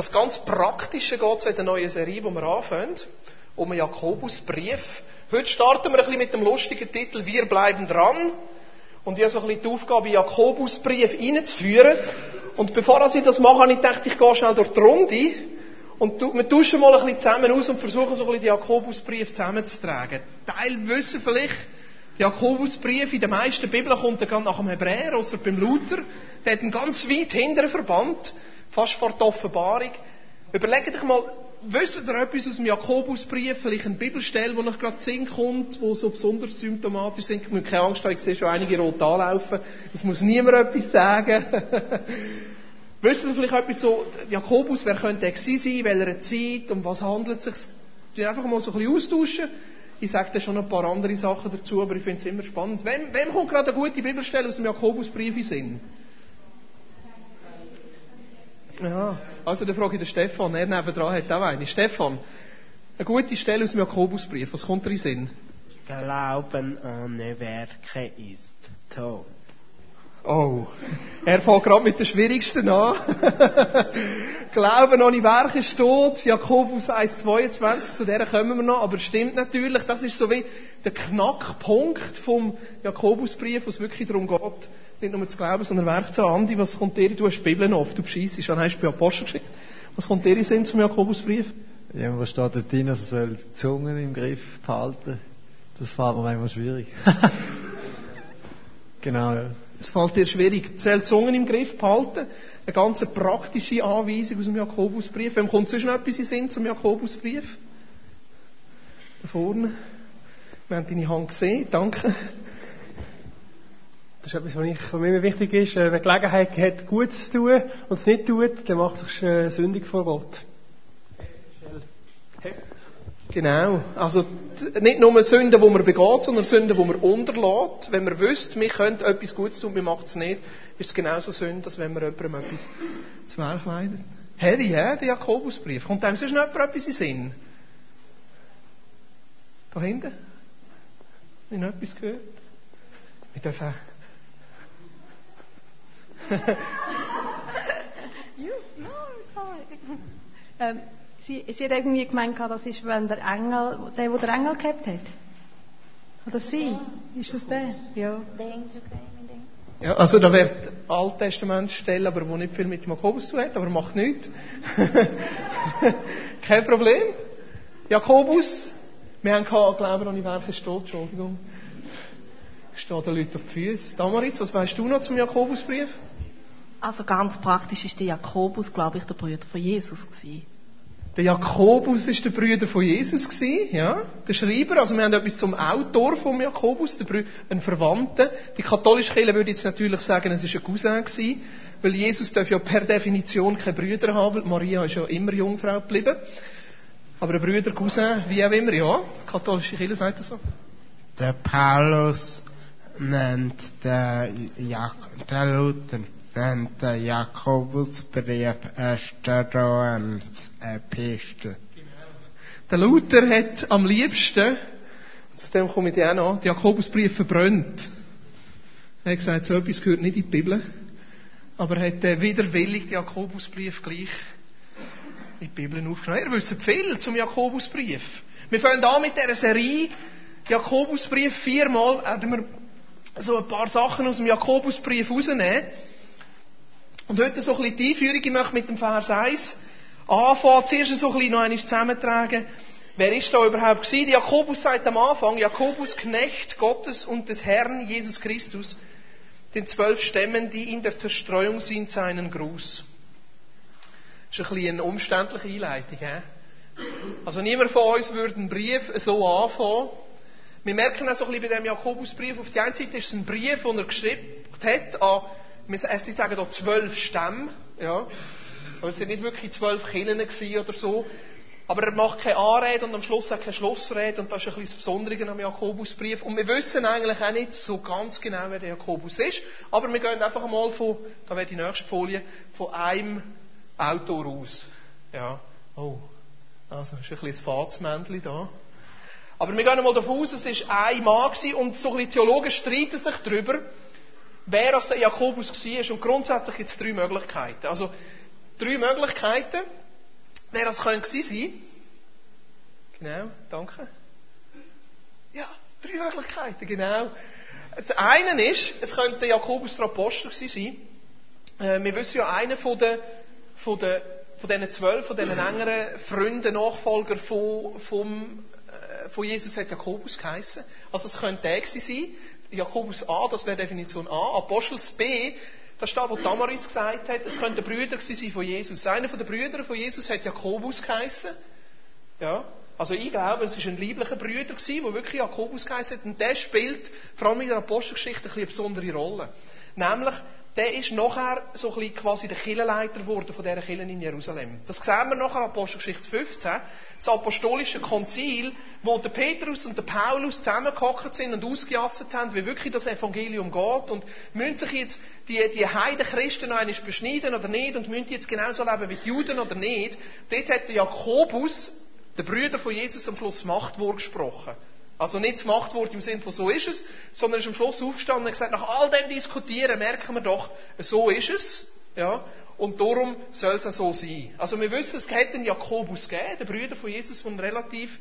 Das ganz Praktische geht in der neuen Serie, die wir anfangen, um den Jakobusbrief. Heute starten wir ein bisschen mit dem lustigen Titel «Wir bleiben dran». Und ich habe so ein bisschen die Aufgabe, den Jakobusbrief reinzuführen. Und bevor ich das mache, habe ich gedacht, ich gehe schnell durch die Runde. Und wir tauschen mal ein bisschen zusammen aus und versuchen so ein bisschen den Jakobusbrief zusammenzutragen. Teil wissen vielleicht, der Jakobusbrief in den meisten Bibeln kommt er nach dem Hebräer, außer beim Luther. Der hat einen ganz weit hinteren Verband, fast vor der Offenbarung. Überlegt euch mal, wisst ihr etwas aus dem Jakobusbrief, vielleicht eine Bibelstelle, die euch gerade in den Sinn kommt, die so besonders symptomatisch sind? Ich muss keine Angst haben, ich sehe schon einige rot anlaufen. Es muss niemand etwas sagen. Wisst ihr vielleicht etwas so, Jakobus, wer könnte er gewesen sein, in welcher Zeit, um was handelt es sich? Wir einfach mal so ein bisschen austauschen. Ich sage da schon ein paar andere Sachen dazu, aber ich finde es immer spannend. Wem kommt gerade eine gute Bibelstelle aus dem Jakobusbrief in Sinn? Ja, also dann frage ich den Stefan, er nebendran hat auch eine. Stefan, eine gute Stelle aus dem Jakobusbrief, was kommt dir in Sinn? Glauben ohne Werke ist tot. Oh, er fängt gerade mit der schwierigsten an. Glauben ohne Werke ist tot. Jakobus 1,22, zu der kommen wir noch. Aber stimmt natürlich, das ist so wie der Knackpunkt vom Jakobusbrief, wo es wirklich darum geht, nicht nur zu glauben, sondern Werk zu haben. Andi, was kommt dir? Du hast die Bibel noch oft, du bescheissest, dann hast du bei Apostel geschickt. Was kommt dir in Sinn zum Jakobusbrief? Ja, was steht dort drin, also soll die Zungen im Griff behalten? Das fällt mir manchmal schwierig. Genau, ja. Es fällt dir schwierig. Soll die Zungen im Griff behalten? Eine ganz praktische Anweisung aus dem Jakobusbrief. Wem kommt sonst noch etwas in Sinn zum Jakobusbrief? Da vorne. Wir haben deine Hand gesehen. Danke. Das ist etwas, was mir wichtig ist. Wer Gelegenheit hat, Gutes zu tun und es nicht tut, der macht sich sündig vor Gott. Genau. Also, nicht nur Sünden, die man begeht, sondern Sünden, die man unterlässt. Wenn man wüsste, wir können etwas Gutes tun, wir machen es nicht, ist es genauso Sünde, als wenn man jemandem etwas zu Werk leitet. Harry, der Jakobusbrief. Kommt einem sonst noch etwas in den Sinn? Da hinten? Habe ich noch etwas gehört? Wir dürfen Sie hat irgendwie gemeint, das ist, wenn der Engel gehabt hat. Oder sie? Ist das der? Ja. Ja, also da wird Alttestamentstelle, aber wo nicht viel mit Jakobus zu tun hat, aber macht nichts. Kein Problem. Jakobus, wir haben keinen Glauben an die Werke steht, Entschuldigung. Stehen den Leuten auf die Füße. Damaris, was weißt du noch zum Jakobusbrief? Also ganz praktisch ist der Jakobus, glaube ich, der Bruder von Jesus gewesen. Der Jakobus ist der Bruder von Jesus gewesen, ja. Der Schreiber, also wir haben etwas zum Autor vom Jakobus, ein Verwandter. Die katholische Kirche würde jetzt natürlich sagen, es ist ein Cousin gewesen, weil Jesus darf ja per Definition keine Brüder haben, weil Maria ist ja immer Jungfrau geblieben. Aber ein Bruder, Cousin, wie auch immer, ja. Die katholische Kirche sagt das so. Der Paulus nennt der Luther nennt der Jakobusbrief eine Epistel. Der Luther hat am liebsten, zu dem komme ich auch noch, den Jakobusbrief verbrannt. Er hat gesagt, so etwas gehört nicht in die Bibel. Aber er hat widerwillig den Jakobusbrief gleich in die Bibel aufgenommen. Ihr wisst viel zum Jakobusbrief. Wir fangen an mit dieser Serie Jakobusbrief. 4-mal werden wir so ein paar Sachen aus dem Jakobusbrief rausnehmen. Und heute so ein bisschen die Einführung. Ich möchte mit dem Vers 1 anfangen. Zuerst so ein bisschen noch einmal zusammentragen. Wer ist da überhaupt gewesen? Jakobus sagt am Anfang, Jakobus, Knecht Gottes und des Herrn Jesus Christus, den 12 Stämmen, die in der Zerstreuung sind, seinen Gruß. Das ist ein bisschen eine umständliche Einleitung. Also niemand von uns würde einen Brief so anfangen. Wir merken auch so ein bisschen bei dem Jakobusbrief, auf der einen Seite ist es ein Brief, den er geschrieben hat an, sie sagen da 12 Stämme, ja. Aber es sind nicht wirklich 12 Kirchen gewesen oder so. Aber er macht keine Anrede und am Schluss auch keine Schlussrede und das ist ein bisschen das Besondere am Jakobusbrief. Und wir wissen eigentlich auch nicht so ganz genau, wer der Jakobus ist. Aber wir gehen einfach mal von, da wäre die nächste Folie, von einem Autor aus. Ja. Oh. Also, ist ein bisschen das Fahrtsmännchen da. Aber wir gehen mal davon aus, es war ein Mann gewesen und so ein bisschen Theologen streiten sich darüber, wer als der Jakobus war. Und grundsätzlich gibt es 3 Möglichkeiten. Also 3 Möglichkeiten. wer das könnte sein? Genau, danke. Ja, 3 Möglichkeiten, genau. Der eine ist, es könnte Jakobus der Apostel sein. Wir wissen ja, einer von diesen 12, von diesen engeren Freunden, Nachfolger von Jesus hat Jakobus geheissen. Also es könnte der sein. Jakobus A, das wäre Definition A. Apostels B, das ist da, wo Damaris gesagt hat, es könnte der Brüder sein von Jesus. Einer von den Brüdern von Jesus hat Jakobus geheissen. Ja. Also ich glaube, es war ein lieblicher Brüder, der wirklich Jakobus geheissen hat. Und der spielt, vor allem in der Apostelgeschichte, eine besondere Rolle. Nämlich, der ist nachher so ein bisschen quasi der Kirchenleiter geworden von dieser Kirche in Jerusalem. Das sehen wir nachher in Apostelgeschichte 15. Das apostolische Konzil, wo der Petrus und der Paulus zusammengehockt sind und ausgejasset haben, wie wirklich das Evangelium geht. Und müssen sich jetzt die Heidenchristen noch einmal beschneiden oder nicht? Und müssen die jetzt genauso leben wie die Juden oder nicht? Dort hat der Jakobus, der Brüder von Jesus, am Schluss Machtwort gesprochen. Also nicht das Machtwort im Sinne von so ist es, sondern ist am Schluss aufgestanden und gesagt, nach all dem Diskutieren merken wir doch, so ist es. Ja, und darum soll es auch so sein. Also wir wissen, es hat einen Jakobus gegeben, der Brüder von Jesus, der eine relativ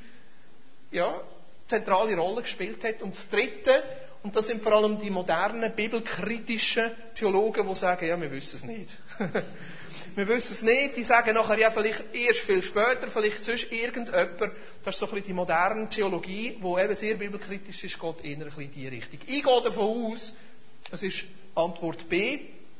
zentrale Rolle gespielt hat. Und das Dritte, und das sind vor allem die modernen, bibelkritischen Theologen, die sagen, ja, wir wissen es nicht. Wir wissen es nicht, die sagen nachher, ja, vielleicht erst viel später, vielleicht sonst irgendjemand. Das ist so ein bisschen die moderne Theologie, die eben sehr bibelkritisch ist, geht eher ein bisschen in die Richtung. Ich gehe davon aus, es ist Antwort B,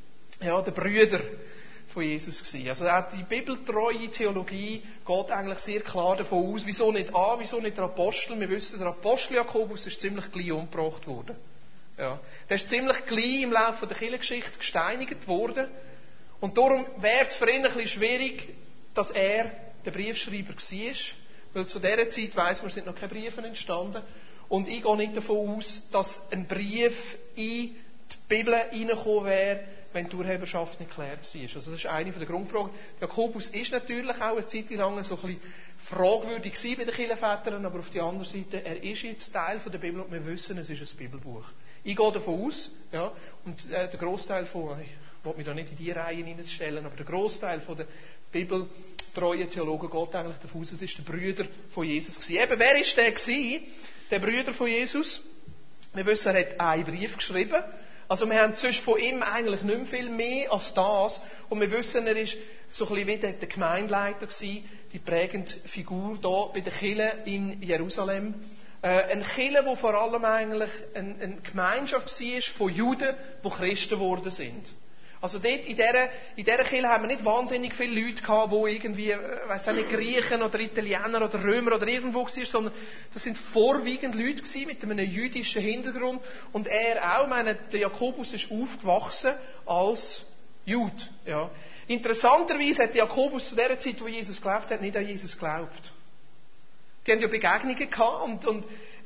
ja, der Brüder von Jesus gewesen. Also auch die bibeltreue Theologie geht eigentlich sehr klar davon aus, wieso nicht A, wieso nicht der Apostel. Wir wissen, der Apostel Jakobus ist ziemlich gleich umgebracht worden. Ja. Der ist ziemlich gleich im Laufe der Kirchengeschichte gesteinigt worden. Und darum wäre es für ihn ein bisschen schwierig, dass er der Briefschreiber war. Weil zu dieser Zeit, weiss man, sind noch keine Briefe entstanden. Und ich gehe nicht davon aus, dass ein Brief in die Bibel reingekommen wäre, wenn die Urheberschaft nicht geklärt war. Also das ist eine der Grundfragen. Jakobus ist natürlich auch eine Zeit lang so ein bisschen fragwürdig bei den Kirchenvätern, aber auf der anderen Seite, er ist jetzt Teil der Bibel und wir wissen, es ist ein Bibelbuch. Ich gehe davon aus, ja, und der Grossteil von, ich will mich da nicht in die Reihen hineinstellen, aber der Grossteil der bibeltreuen Theologen geht eigentlich davon aus, es ist der Brüder von Jesus gewesen. Eben, wer ist der gewesen? Der Brüder von Jesus? Wir wissen, er hat einen Brief geschrieben. Also wir haben sonst von ihm eigentlich nicht mehr viel mehr als das. Und wir wissen, er ist so ein bisschen wie der Gemeindeleiter gewesen, die prägende Figur da bei der Kirche in Jerusalem. Eine Kirche, die vor allem eigentlich eine Gemeinschaft war von Juden, die Christen geworden sind. Also dort, in dieser Kirche haben wir nicht wahnsinnig viele Leute gehabt, die irgendwie, weiss auch nicht, Griechen oder Italiener oder Römer oder irgendwo waren, sondern das sind vorwiegend Leute gewesen mit einem jüdischen Hintergrund. Und er auch, ich meine, der Jakobus ist aufgewachsen als Jude. Ja. Interessanterweise hat Jakobus zu der Zeit, wo Jesus gelebt hat, nicht an Jesus geglaubt. Die haben ja Begegnungen gehabt und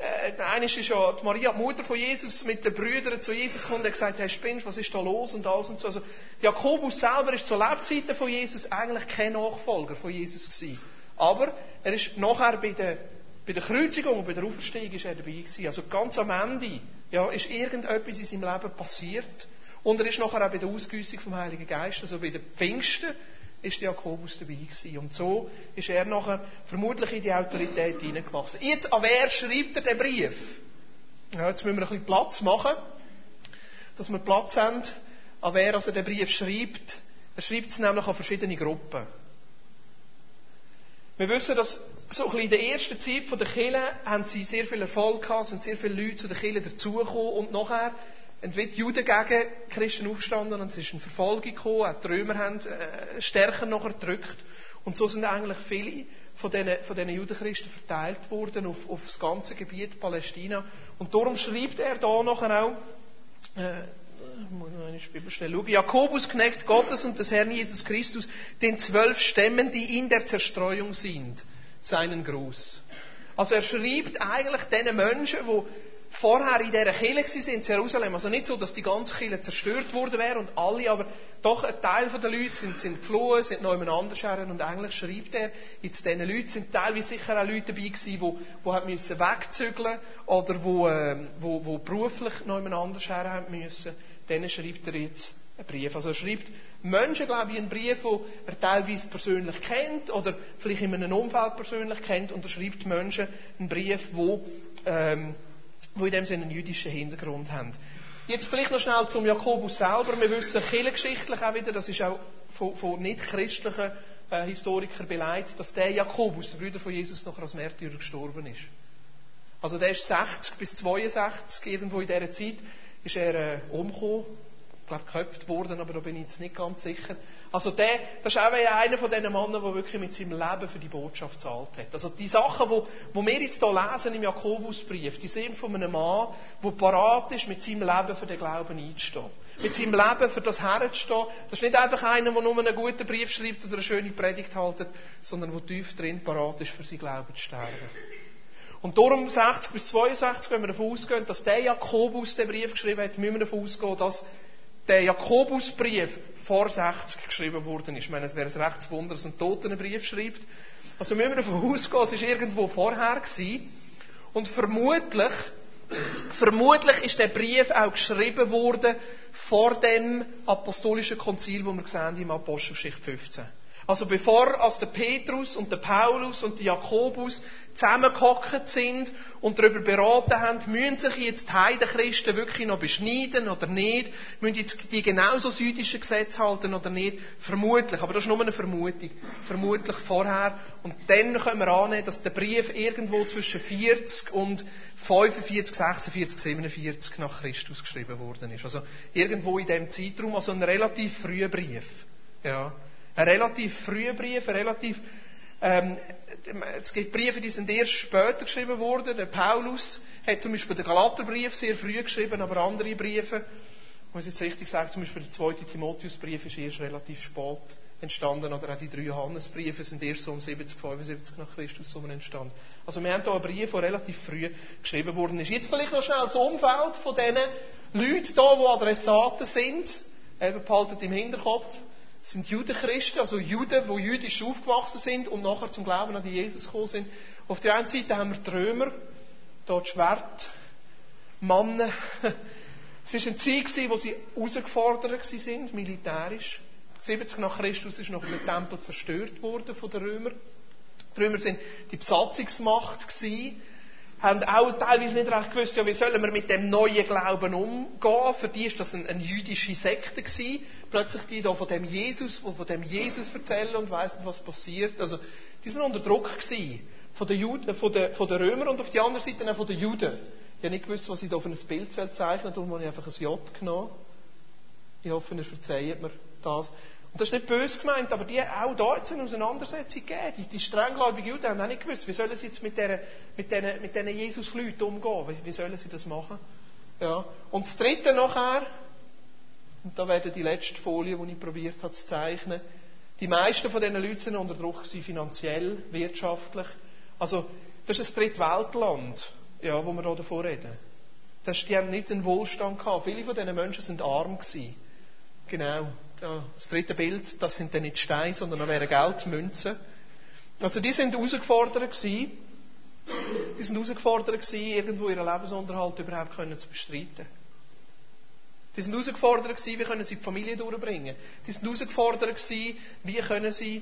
eines ist ja die Maria, die Mutter von Jesus, mit den Brüdern zu Jesus gekommen und hat gesagt, hey, spinnst, was ist da los und alles und so. Also Jakobus selber ist zu Lebzeiten von Jesus eigentlich kein Nachfolger von Jesus gewesen. Aber er ist nachher bei der Kreuzigung und bei der Auferstehung ist er dabei gewesen. Also ganz am Ende, ja, ist irgendetwas in seinem Leben passiert und er ist nachher auch bei der Ausgüssung vom Heiligen Geist, also bei den Pfingsten, ist Jakobus dabei gewesen. Und so ist er nachher vermutlich in die Autorität hineingewachsen. Jetzt, an wer schreibt er den Brief? Ja, jetzt müssen wir ein bisschen Platz machen, dass wir Platz haben, an wer also den Brief schreibt. Er schreibt es nämlich an verschiedene Gruppen. Wir wissen, dass so ein bisschen in der ersten Zeit der Kirche haben sie sehr viel Erfolg gehabt, sind sehr viele Leute zu der Kirche dazugekommen und nachher entweder die Juden gegen Christen aufstanden und es ist eine Verfolgung gekommen, auch die Römer haben stärker noch erdrückt. Und so sind eigentlich viele von diesen Judenchristen verteilt worden auf das ganze Gebiet Palästina. Und darum schreibt er da nachher auch, muss ich eine Bibel schnell schauen, Jakobus, Knecht Gottes und des Herrn Jesus Christus, den 12 Stämmen, die in der Zerstreuung sind, seinen Gruß. Also er schreibt eigentlich diesen Menschen, die vorher in dieser Kirche waren, in Jerusalem. Also nicht so, dass die ganze Kirche zerstört worden wäre und alle, aber doch ein Teil der Leute sind geflohen, sind noch jemand anders her und eigentlich schreibt er, jetzt diesen Leuten sind teilweise sicher auch Leute dabei gewesen, die haben müssen wegzügeln oder wo beruflich noch jemand anders her haben müssen. Denen schreibt er jetzt einen Brief. Also er schreibt Menschen, glaube ich, einen Brief, den er teilweise persönlich kennt oder vielleicht in einem Umfeld persönlich kennt, und er schreibt Menschen einen Brief, wo in dem Sinne einen jüdischen Hintergrund haben. Jetzt vielleicht noch schnell zum Jakobus selber. Wir wissen kirchengeschichtlich auch wieder, das ist auch von nicht-christlichen Historikern beleidigt, dass der Jakobus, der Bruder von Jesus, nachher als Märtyrer gestorben ist. Also der ist 60 bis 62, irgendwo in dieser Zeit, ist er umgekommen. Ich glaube, geköpft worden, aber da bin ich jetzt nicht ganz sicher. Also das ist auch einer von diesen Männern, der wirklich mit seinem Leben für die Botschaft zahlt hat. Also die Sachen, die wir jetzt hier lesen im Jakobusbrief, die sind von einem Mann, der parat ist, mit seinem Leben für den Glauben einzustehen. Mit seinem Leben für das herzustehen. Das ist nicht einfach einer, der nur einen guten Brief schreibt oder eine schöne Predigt hält, sondern der tief drin parat ist, für sein Glauben zu sterben. Und darum 60 bis 62, wenn wir davon ausgehen, dass der Jakobus den Brief geschrieben hat, müssen wir davon ausgehen, dass der Jakobusbrief vor 60 geschrieben worden ist. Ich meine, es wäre ein rechtes Wunder, dass ein Toter einen Brief schreibt. Also müssen wir davon ausgehen, es war irgendwo vorher gewesen. Und vermutlich ist der Brief auch geschrieben worden vor dem apostolischen Konzil, das wir sehen im Apostelgeschichte 15. Also bevor als der Petrus und der Paulus und der Jakobus zusammengehockt sind und darüber beraten haben, müssen sich jetzt die Heidenchristen wirklich noch beschneiden oder nicht, müssen jetzt die genauso das jüdische Gesetz halten oder nicht, vermutlich, aber das ist nur eine Vermutung, vermutlich vorher. Und dann können wir annehmen, dass der Brief irgendwo zwischen 40 und 45, 46, 47 nach Christus geschrieben worden ist. Also irgendwo in diesem Zeitraum, also ein relativ früher Brief. Ja. Ein relativ früher Brief, es gibt Briefe, die sind erst später geschrieben worden. Der Paulus hat zum Beispiel den Galaterbrief sehr früh geschrieben, aber andere Briefe, ich muss jetzt richtig sagen, zum Beispiel der 2. Timotheusbrief ist erst relativ spät entstanden, oder auch die 3 Johannesbriefe sind erst so um 70, 75 nach Christus entstanden. Also wir haben hier einen Brief, der relativ früh geschrieben worden ist. Jetzt vielleicht noch schnell das Umfeld von diesen Leuten hier, die Adressaten sind, eben behaltet im Hinterkopf. Das sind Judenchristen, also Juden, die jüdisch aufgewachsen sind und nachher zum Glauben an Jesus gekommen sind. Auf der einen Seite haben wir die Römer, hier die Schwertmannen. Es war eine Zeit, wo sie herausgefordert waren, militärisch. 70 nach Christus ist noch der Tempel zerstört worden von den Römern. Die Römer waren die Besatzungsmacht gewesen, haben auch teilweise nicht recht gewusst, ja, wie sollen wir mit dem neuen Glauben umgehen. Für die war das eine jüdische Sekte gewesen. Plötzlich die da von dem Jesus erzählen und weiss nicht, was passiert. Also, die sind unter Druck gewesen. Von den Römern und auf der anderen Seite auch von den Juden. Ich habe nicht gewusst, was ich da auf ein Bild zeichnen, darum habe ich einfach ein J genommen. Ich hoffe, ihr verzeiht mir das. Und das ist nicht böse gemeint, aber auch da hat es eine Auseinandersetzung gegeben. Die strenggläubigen Juden haben auch nicht gewusst, wie sollen sie jetzt mit diesen Jesus-Leuten umgehen? Wie sollen sie das machen? Ja. Und das Dritte nachher, und da wäre die letzte Folie, die ich probiert habe zu zeichnen, die meisten von diesen Leuten waren unter Druck finanziell, wirtschaftlich. Also, das ist ein Drittweltland, ja, wo wir hier davon reden. Die haben nicht einen Wohlstand gehabt. Viele von diesen Menschen sind arm gewesen. Genau. Das dritte Bild, das sind dann nicht Steine, sondern das wären Geldmünzen. Also die sind herausgefordert gewesen. Irgendwo ihren Lebensunterhalt überhaupt zu bestreiten. Die sind herausgefordert gewesen, wie können sie die Familie durchbringen. Die sind herausgefordert gewesen, wie können sie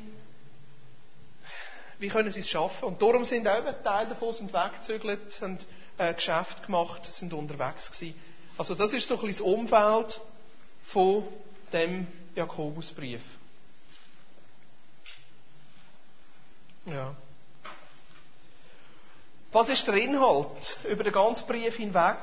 es schaffen. Und darum sind auch ein Teil davon weggezügelt, haben Geschäft gemacht, sind unterwegs gewesen. Also das ist so ein bisschen das Umfeld von dem Jakobusbrief. Ja. Was ist der Inhalt über den ganzen Brief hinweg?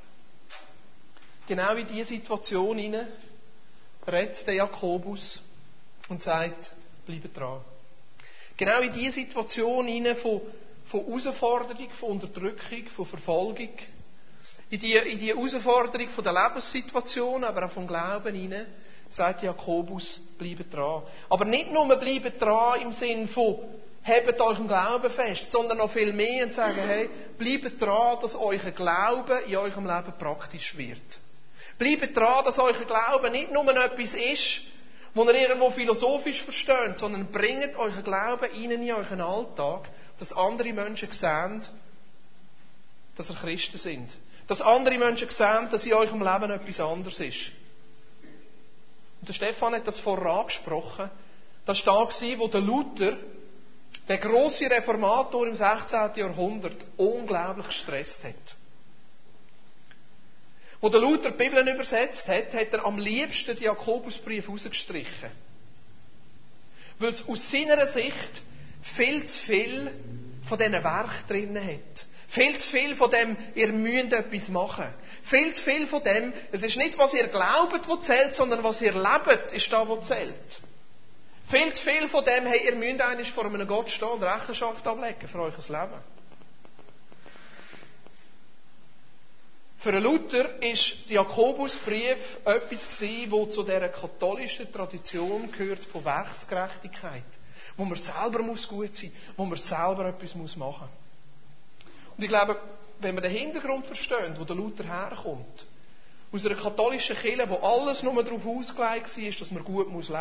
Genau in diese Situation hinein redet der Jakobus und sagt, bleibt dran. Genau in diese Situation hinein von Herausforderung, von Unterdrückung, von Verfolgung, in die Herausforderung von der Lebenssituation, aber auch vom Glauben hinein, sagt Jakobus, bleibt dran. Aber nicht nur bleibt dran im Sinn von, hebt euch im Glauben fest, sondern noch viel mehr und sagen, hey, bleibt dran, dass euer Glaube in eurem Leben praktisch wird. Bleibt dran, dass euer Glaube nicht nur etwas ist, wo ihr irgendwo philosophisch versteht, sondern bringt euren Glauben in euren Alltag, dass andere Menschen sehen, dass ihr Christen sind. Dass andere Menschen sehen, dass in eurem Leben etwas anderes ist. Und der Stefan hat das vorher angesprochen. Das war da, wo der Luther, der grosse Reformator im 16. Jahrhundert, unglaublich gestresst hat. Wo der Luther die Bibel übersetzt hat, hat er am liebsten den Jakobusbrief rausgestrichen. Weil es aus seiner Sicht viel zu viel von diesen Werk drin hat. Viel zu viel von dem, ihr müsst etwas machen. Viel zu viel von dem, es ist nicht, was ihr glaubt, was zählt, sondern was ihr lebt, ist da, was zählt. Viel zu viel von dem, hey, ihr müsst eigentlich vor einem Gott stehen und Rechenschaft ablegen für euer Leben. Für einen Luther ist der Jakobusbrief etwas gewesen, das zu dieser katholischen Tradition gehört von Werksgerechtigkeit. Wo man selber muss gut sein muss, wo man selber etwas machen muss. Und ich glaube, wenn wir den Hintergrund verstehen, wo der Luther herkommt, aus einer katholischen Kirche, wo alles nur darauf ausgelegt war, dass man gut leben muss,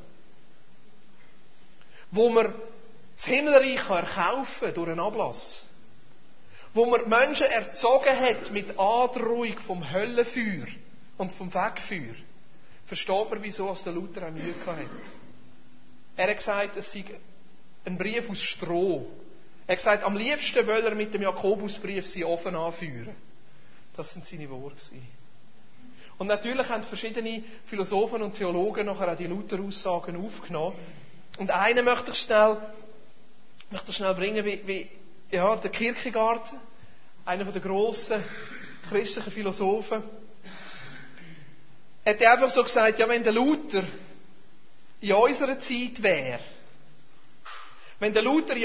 wo man das Himmelreich erkaufen kann durch einen Ablass, wo man Menschen erzogen hat mit Androhung vom Höllenfeuer und vom Wegfeuer, versteht man, wieso der Luther auch Mühe hatte. Er hat gesagt, es sei ein Brief aus Stroh. Er hat gesagt, am liebsten will er mit dem Jakobusbrief sie offen anführen. Das sind seine Worte. Und natürlich haben verschiedene Philosophen und Theologen nachher auch die Luther-Aussagen aufgenommen. Und einen möchte ich schnell bringen, wie der Kierkegaard, einer der grossen christlichen Philosophen, hat einfach so gesagt, ja, wenn der Luther in unserer Zeit wäre, dann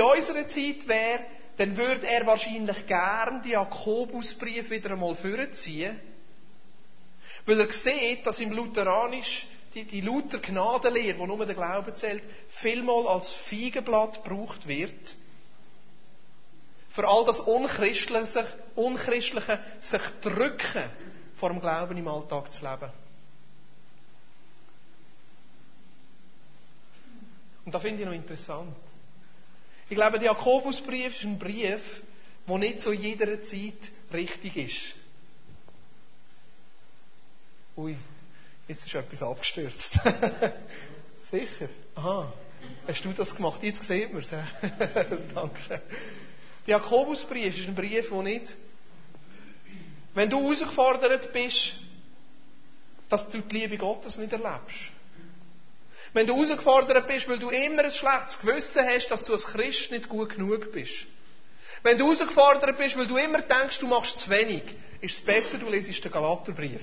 würde er wahrscheinlich gern den Jakobusbrief wieder einmal vorziehen, weil er sieht, dass im Lutheranisch die Luther-Gnadenlehre, die nur der Glaube zählt, vielmal als Feigenblatt gebraucht wird, für all das Unchristliche, sich drücken, vor dem Glauben im Alltag zu leben. Und das finde ich noch interessant. Ich glaube, der Jakobusbrief ist ein Brief, der nicht zu jeder Zeit richtig ist. Ui, jetzt ist etwas abgestürzt. Sicher? Aha. Hast du das gemacht? Jetzt sieht man es. Danke. Der Jakobusbrief ist ein Brief, der nicht, wenn du herausgefordert bist, dass du die Liebe Gottes nicht erlebst. Wenn du herausgefordert bist, weil du immer ein schlechtes Gewissen hast, dass du als Christ nicht gut genug bist. Wenn du herausgefordert bist, weil du immer denkst, du machst zu wenig, ist es besser, du lesest den Galaterbrief.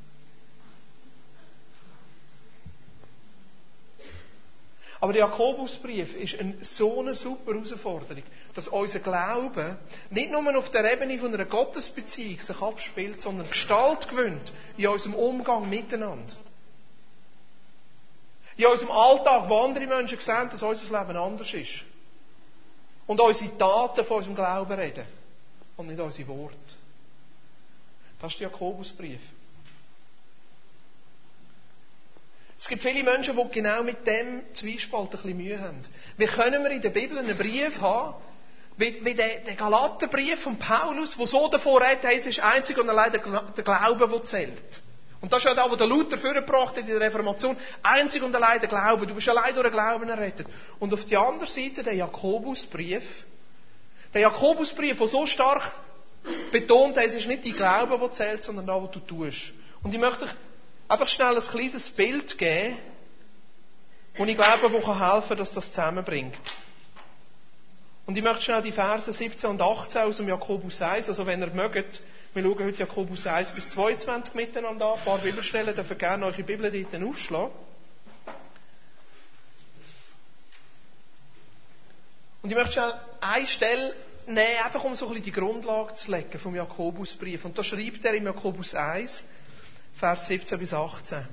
Aber der Jakobusbrief ist so eine super Herausforderung, dass unser Glaube nicht nur auf der Ebene von einer Gottesbeziehung sich abspielt, sondern Gestalt gewinnt in unserem Umgang miteinander. In unserem Alltag, wo andere Menschen sehen, dass unser Leben anders ist. Und unsere Taten von unserem Glauben reden. Und nicht unsere Worte. Das ist der Jakobusbrief. Es gibt viele Menschen, die genau mit dem Zwiespalt ein bisschen Mühe haben. Wie können wir in der Bibel einen Brief haben, wie der Galaterbrief von Paulus, der so davor redet, es ist einzig und allein der Glaube, der zählt. Und das ist ja das, was der Luther vorgebracht hat in der Reformation. Einzig und allein der Glaube. Du bist allein durch den Glauben errettet. Und auf der anderen Seite der Jakobusbrief. Der Jakobusbrief, der so stark betont, es ist nicht dein Glaube, der zählt, sondern das, was du tust. Und ich möchte euch einfach schnell ein kleines Bild geben, und ich glaube, das kann helfen, dass das zusammenbringt. Und ich möchte schnell die Verse 17 und 18 aus dem Jakobus 1, also wenn ihr mögt, wir schauen heute Jakobus 1 bis 22 miteinander an, ein paar Bibelstellen, dürft ihr gerne eure Bibel dort aufschlagen. Und ich möchte schnell eine Stelle nehmen, einfach um so ein bisschen die Grundlage zu legen vom Jakobusbrief. Und da schreibt er im Jakobus 1, Vers 17 bis 18.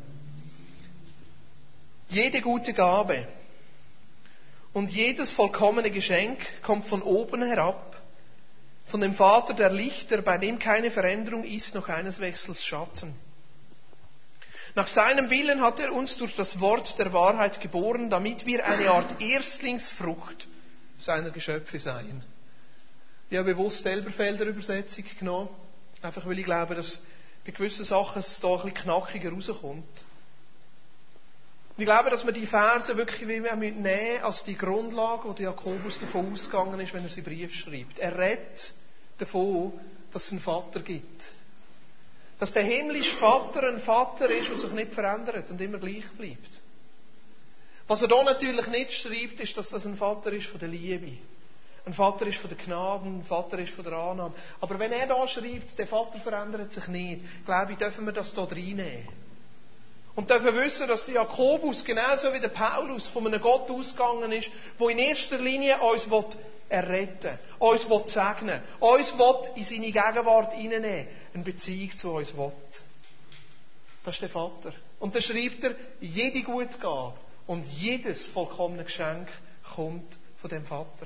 Jede gute Gabe und jedes vollkommene Geschenk kommt von oben herab, von dem Vater der Lichter, bei dem keine Veränderung ist, noch eines Wechsels Schatten. Nach seinem Willen hat er uns durch das Wort der Wahrheit geboren, damit wir eine Art Erstlingsfrucht seiner Geschöpfe seien. Ich habe bewusst die Elberfelder Übersetzung genommen, einfach weil ich glaube, dass bei gewissen Sachen es da ein bisschen knackiger rauskommt. Und ich glaube, dass wir die Verse wirklich nehmen als die Grundlage, wo der Jakobus davon ausgegangen ist, wenn er seinen Brief schreibt. Er redet davon, dass es einen Vater gibt. Dass der himmlische Vater ein Vater ist, der sich nicht verändert und immer gleich bleibt. Was er da natürlich nicht schreibt, ist, dass das ein Vater ist von der Liebe. Ein Vater ist von der Gnade, ein Vater ist von der Annahme. Aber wenn er da schreibt, der Vater verändert sich nicht, glaube ich, dürfen wir das da reinnehmen. Und dürfen wissen, dass der Jakobus, genauso wie der Paulus, von einem Gott ausgegangen ist, der in erster Linie uns erretten will, uns segnen will, uns in seine Gegenwart hineinnehmen, eine Beziehung zu uns will. Das ist der Vater. Und dann schreibt er, jede gute Gabe und jedes vollkommene Geschenk kommt von dem Vater.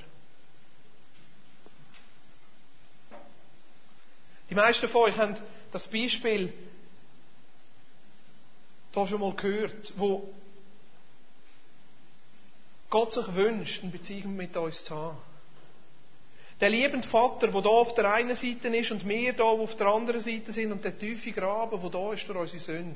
Die meisten von euch haben das Beispiel hier schon mal gehört, wo Gott sich wünscht, eine Beziehung mit uns zu haben. Der liebende Vater, der hier auf der einen Seite ist und wir hier auf der anderen Seite sind und der tiefe Graben, der da ist durch unsere Sünde.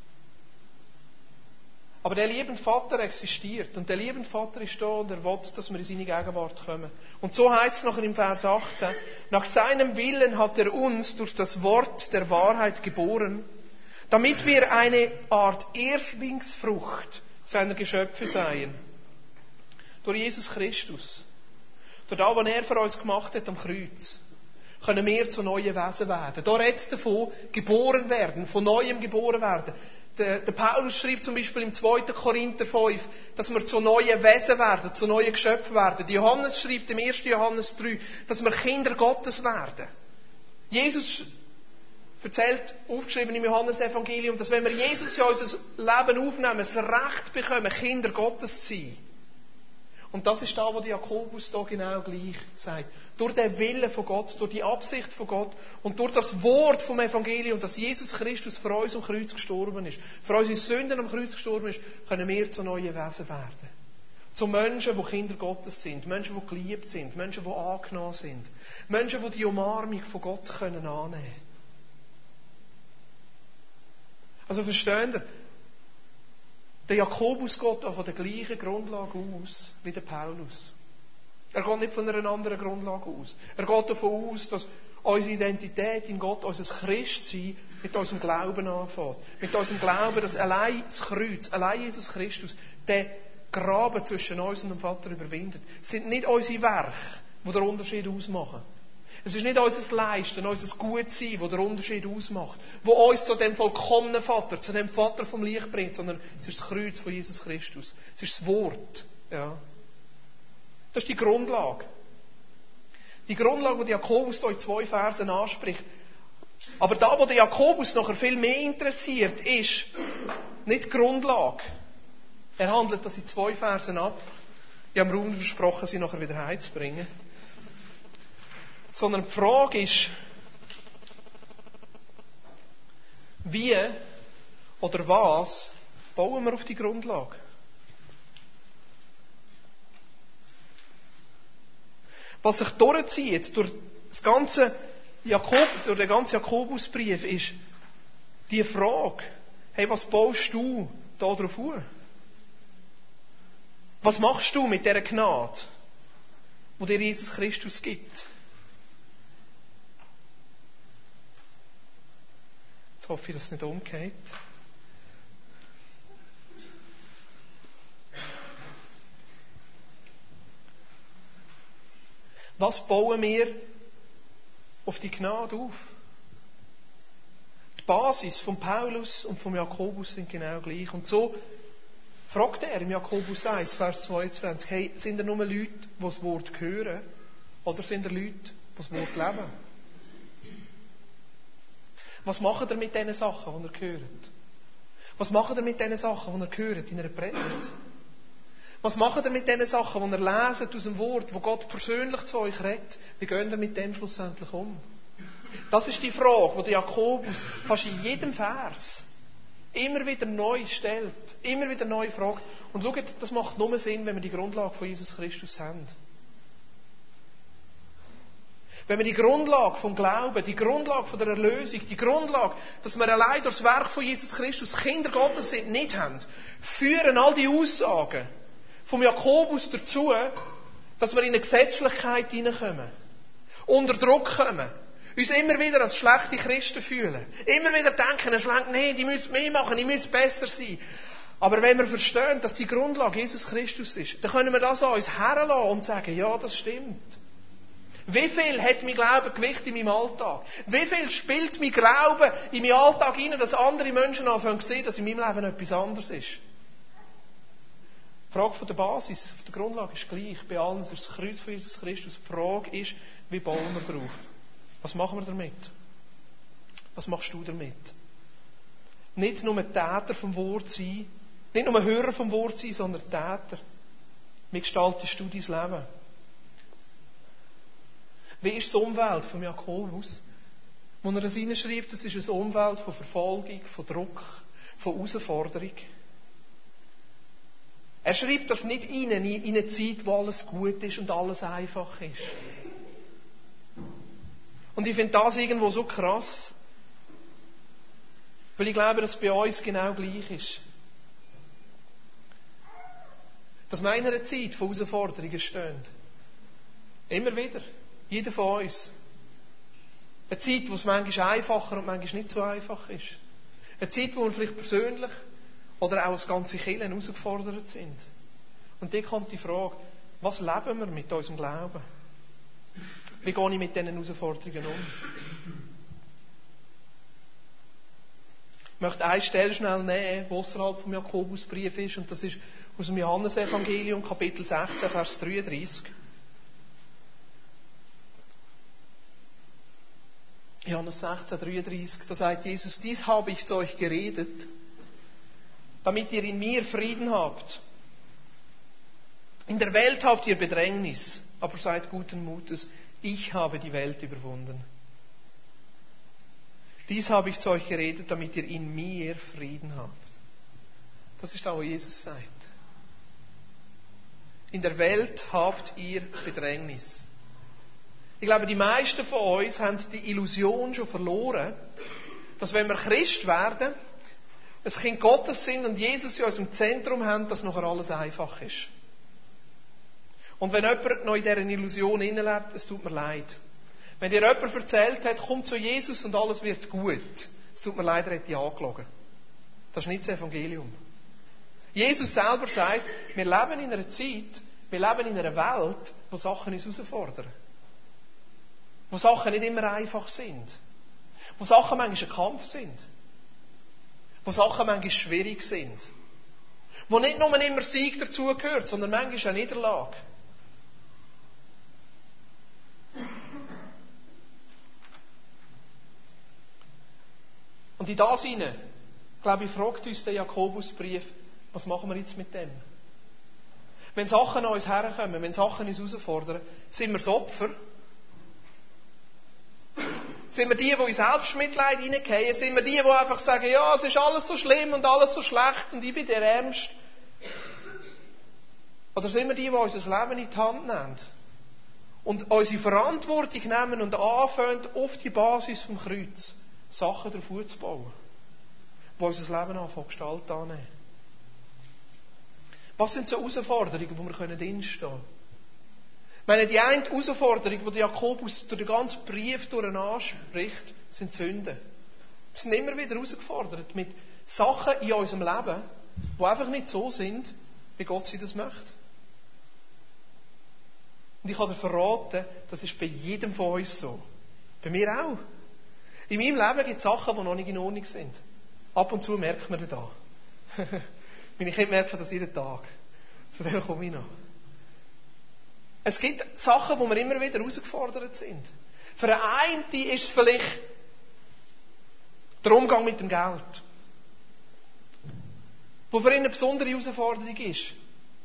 Aber der liebende Vater existiert und der liebende Vater ist da und er will, dass wir in seine Gegenwart kommen. Und so heißt es nachher im Vers 18, nach seinem Willen hat er uns durch das Wort der Wahrheit geboren, damit wir eine Art Erstlingsfrucht seiner Geschöpfe seien. Durch Jesus Christus. Durch das, was er für uns gemacht hat am Kreuz, können wir zu neuen Wesen werden. Da redet es davon, geboren werden, von Neuem geboren werden. Der Paulus schreibt zum Beispiel im 2. Korinther 5, dass wir zu neuen Wesen werden, zu neuen Geschöpfen werden. Johannes schreibt im 1. Johannes 3, dass wir Kinder Gottes werden. Jesus erzählt, aufgeschrieben im Johannes-Evangelium, dass wenn wir Jesus in unser Leben aufnehmen, das Recht bekommen, Kinder Gottes zu sein. Und das ist da, wo der Jakobus da genau gleich sagt. Durch den Willen von Gott, durch die Absicht von Gott und durch das Wort vom Evangelium, dass Jesus Christus für uns am Kreuz gestorben ist, für unsere Sünden am Kreuz gestorben ist, können wir zu neuen Wesen werden. Zu Menschen, die Kinder Gottes sind, Menschen, die geliebt sind, Menschen, die angenommen sind, Menschen, die die Umarmung von Gott können annehmen. Also versteht ihr? Der Jakobus geht von der gleichen Grundlage aus wie der Paulus. Er geht nicht von einer anderen Grundlage aus. Er geht davon aus, dass unsere Identität in Gott, unser Christsein, mit unserem Glauben anfängt. Mit unserem Glauben, dass allein das Kreuz, allein Jesus Christus, den Graben zwischen uns und dem Vater überwindet. Es sind nicht unsere Werke, die den Unterschied ausmachen. Es ist nicht unser Leisten, unser Gutsein, das den Unterschied ausmacht, wo uns zu dem vollkommenen Vater, zu dem Vater vom Licht bringt, sondern es ist das Kreuz von Jesus Christus. Es ist das Wort. Ja. Das ist die Grundlage. Die Grundlage, die Jakobus hier in 2 Versen anspricht. Aber da, wo der Jakobus nachher viel mehr interessiert, ist nicht die Grundlage. Er handelt das in 2 Versen ab. Ich habe Raum versprochen, sie nachher wieder heimzubringen. Sondern die Frage ist, wie oder was bauen wir auf die Grundlage? Was sich durchzieht durch den ganzen Jakobusbrief ist die Frage, hey, was baust du da drauf auf? Was machst du mit dieser Gnade, die dir Jesus Christus gibt? Jetzt hoffe ich, dass es nicht umgeht. Was bauen wir auf die Gnade auf? Die Basis von Paulus und von Jakobus sind genau gleich. Und so fragt er im Jakobus 1, Vers 22, hey, sind da nur Leute, die das Wort hören? Oder sind da Leute, die das Wort leben? Was macht ihr mit diesen Sachen, die ihr hört? Was macht ihr mit diesen Sachen, die ihr hört in einer Predigt? Was macht ihr mit diesen Sachen, die ihr leset aus dem Wort, wo Gott persönlich zu euch redet? Wie geht ihr mit dem schlussendlich um? Das ist die Frage, die der Jakobus fast in jedem Vers immer wieder neu stellt, immer wieder neu fragt. Und schaut, das macht nur Sinn, wenn wir die Grundlage von Jesus Christus haben. Wenn wir die Grundlage vom Glauben, die Grundlage von der Erlösung, die Grundlage, dass wir allein durch das Werk von Jesus Christus Kinder Gottes sind, nicht haben, führen all die Aussagen vom Jakobus dazu, dass wir in eine Gesetzlichkeit hineinkommen, unter Druck kommen, uns immer wieder als schlechte Christen fühlen, immer wieder denken, es lenkt nicht, ich muss mehr machen, ich muss besser sein. Aber wenn wir verstehen, dass die Grundlage Jesus Christus ist, dann können wir das an uns heranlassen und sagen, ja, das stimmt. Wie viel hat mein Glauben Gewicht in meinem Alltag? Wie viel spielt mein Glauben in meinen Alltag hinein, dass andere Menschen anfangen zu sehen, dass in meinem Leben etwas anderes ist? Die Frage von der Basis, von der Grundlage ist gleich. Bei allen ist das Kreuz von Jesus Christus. Die Frage ist, wie bauen wir drauf? Was machen wir damit? Was machst du damit? Nicht nur Täter vom Wort sein, nicht nur Hörer vom Wort sein, sondern Täter. Wie gestaltest du dein Leben? Wie ist das Umfeld von Jakobus? Wo er das hineinschreibt, das ist ein Umfeld von Verfolgung, von Druck, von Herausforderung. Er schreibt das nicht in eine Zeit, wo alles gut ist und alles einfach ist. Und ich finde das irgendwo so krass, weil ich glaube, dass es bei uns genau gleich ist. Dass wir in einer Zeit von Herausforderungen stehen. Immer wieder. Jeder von uns. Eine Zeit, wo es manchmal einfacher und manchmal nicht so einfach ist. Eine Zeit, wo wir vielleicht persönlich oder auch als ganze Kirche herausgefordert sind. Und dann kommt die Frage, was leben wir mit unserem Glauben? Wie gehe ich mit diesen Herausforderungen um? Ich möchte eine Stelle schnell nehmen, die außerhalb vom Jakobusbrief ist, und das ist aus dem Johannesevangelium, Kapitel 16, Vers 33. Johannes 16, 33, da sagt Jesus, dies habe ich zu euch geredet, damit ihr in mir Frieden habt. In der Welt habt ihr Bedrängnis, aber seid guten Mutes, ich habe die Welt überwunden. Dies habe ich zu euch geredet, damit ihr in mir Frieden habt. Das ist auch, was Jesus sagt. In der Welt habt ihr Bedrängnis. Ich glaube, die meisten von uns haben die Illusion schon verloren, dass wenn wir Christ werden, ein Kind Gottes sind und Jesus in unserem Zentrum haben, dass nachher alles einfach ist. Und wenn jemand noch in dieser Illusion lebt, es tut mir leid. Wenn dir jemand erzählt hat, komm zu Jesus und alles wird gut, es tut mir leid, er hat dich angelogen. Das ist nicht das Evangelium. Jesus selber sagt, wir leben in einer Zeit, wir leben in einer Welt, wo Sachen uns herausfordern. Wo Sachen nicht immer einfach sind. Wo Sachen manchmal ein Kampf sind. Wo Sachen manchmal schwierig sind. Wo nicht nur immer Sieg dazugehört, sondern manchmal eine Niederlage. Und in das hinein, glaube ich, fragt uns der Jakobusbrief, was machen wir jetzt mit dem? Wenn Sachen an uns herkommen, wenn Sachen uns herausfordern, sind wir das Opfer? Sind wir die in Selbstmitleid hineingehen? Sind wir die einfach sagen, ja, es ist alles so schlimm und alles so schlecht und ich bin der Ärmste? Oder sind wir die unser Leben in die Hand nehmen? Und unsere Verantwortung nehmen und anfangen, auf die Basis vom Kreuz Sachen darauf aufzubauen, die unser Leben anfangen, Gestalt annehmen. Was sind so Herausforderungen, wo wir drinstehen können? Ich meine, die eine Herausforderung, die Jakobus durch den ganzen Brief durch anspricht, sind Sünden. Wir sind immer wieder herausgefordert mit Sachen in unserem Leben, die einfach nicht so sind, wie Gott sie das möchte. Und ich kann dir verraten, das ist bei jedem von uns so. Bei mir auch. In meinem Leben gibt es Sachen, die noch nicht in Ordnung sind. Ab und zu merkt man das. Meine Kinder merken das jeden Tag. Zu dem komme ich noch. Es gibt Sachen, wo wir immer wieder herausgefordert sind. Für den einen ist es vielleicht der Umgang mit dem Geld. Wo für ihn eine besondere Herausforderung ist.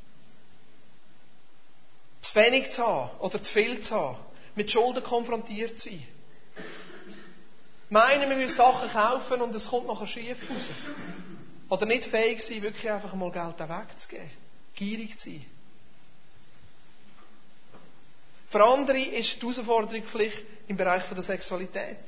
Zu wenig zu haben oder zu viel zu haben. Mit Schulden konfrontiert zu sein. Meinen, wir müssen Sachen kaufen und es kommt nachher schief raus. Oder nicht fähig sein, wirklich einfach mal Geld wegzugeben. Gierig zu sein. Für andere ist die Herausforderung vielleicht im Bereich der Sexualität.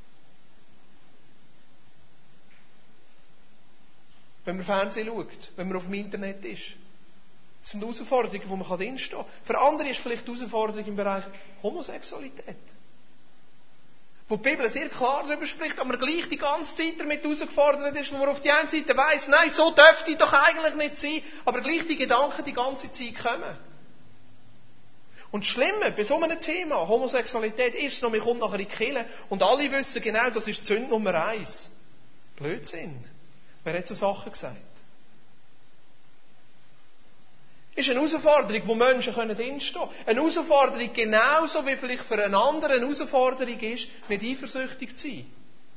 Wenn man Fernsehen schaut, wenn man auf dem Internet ist. Das sind Herausforderungen, wo man drinstehen kann. Für andere ist vielleicht die Herausforderung im Bereich Homosexualität. Wo die Bibel sehr klar darüber spricht, aber man gleich die ganze Zeit damit herausgefordert ist, wo man auf die einen Seite weiss, nein, so dürfte ich doch eigentlich nicht sein, aber gleich die Gedanken die ganze Zeit kommen. Und das Schlimme bei so einem Thema, Homosexualität, ist noch, man kommt nachher in die Kirche und alle wissen genau, das ist die Sünde Nummer 1. Blödsinn. Wer hat so Sachen gesagt? Ist eine Herausforderung, wo Menschen drinstehen können. Eine Herausforderung genauso wie vielleicht für einen anderen eine Herausforderung ist, nicht eifersüchtig zu sein.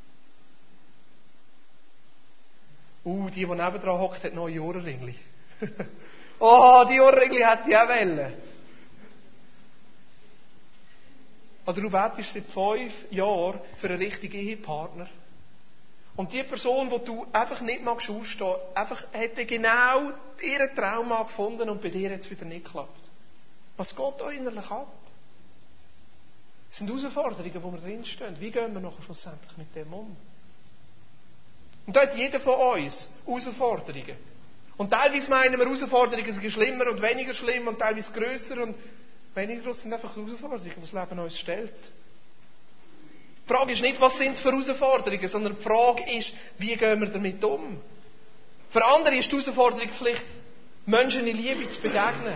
Die nebendran hockt, hat neue Ohrenringli. Die Ohrenringli hätte ich auch wollen. Oder du betest seit 5 Jahren für einen richtigen Ehepartner. Und die Person, die du einfach nicht magst ausstehen, einfach hätte genau ihren Trauma gefunden und bei dir hat es wieder nicht geklappt. Was geht da innerlich ab? Das sind Herausforderungen, wo wir drinstehen. Wie gehen wir nachher schlussendlich mit dem um? Und da hat jeder von uns Herausforderungen. Und teilweise meinen wir, Herausforderungen sind schlimmer und weniger schlimm und teilweise grösser und weniger groß, sind einfach Herausforderungen, die das Leben uns stellt. Die Frage ist nicht, was sind für Herausforderungen, sondern die Frage ist, wie gehen wir damit um? Für andere ist die Herausforderung vielleicht, Menschen in Liebe zu begegnen.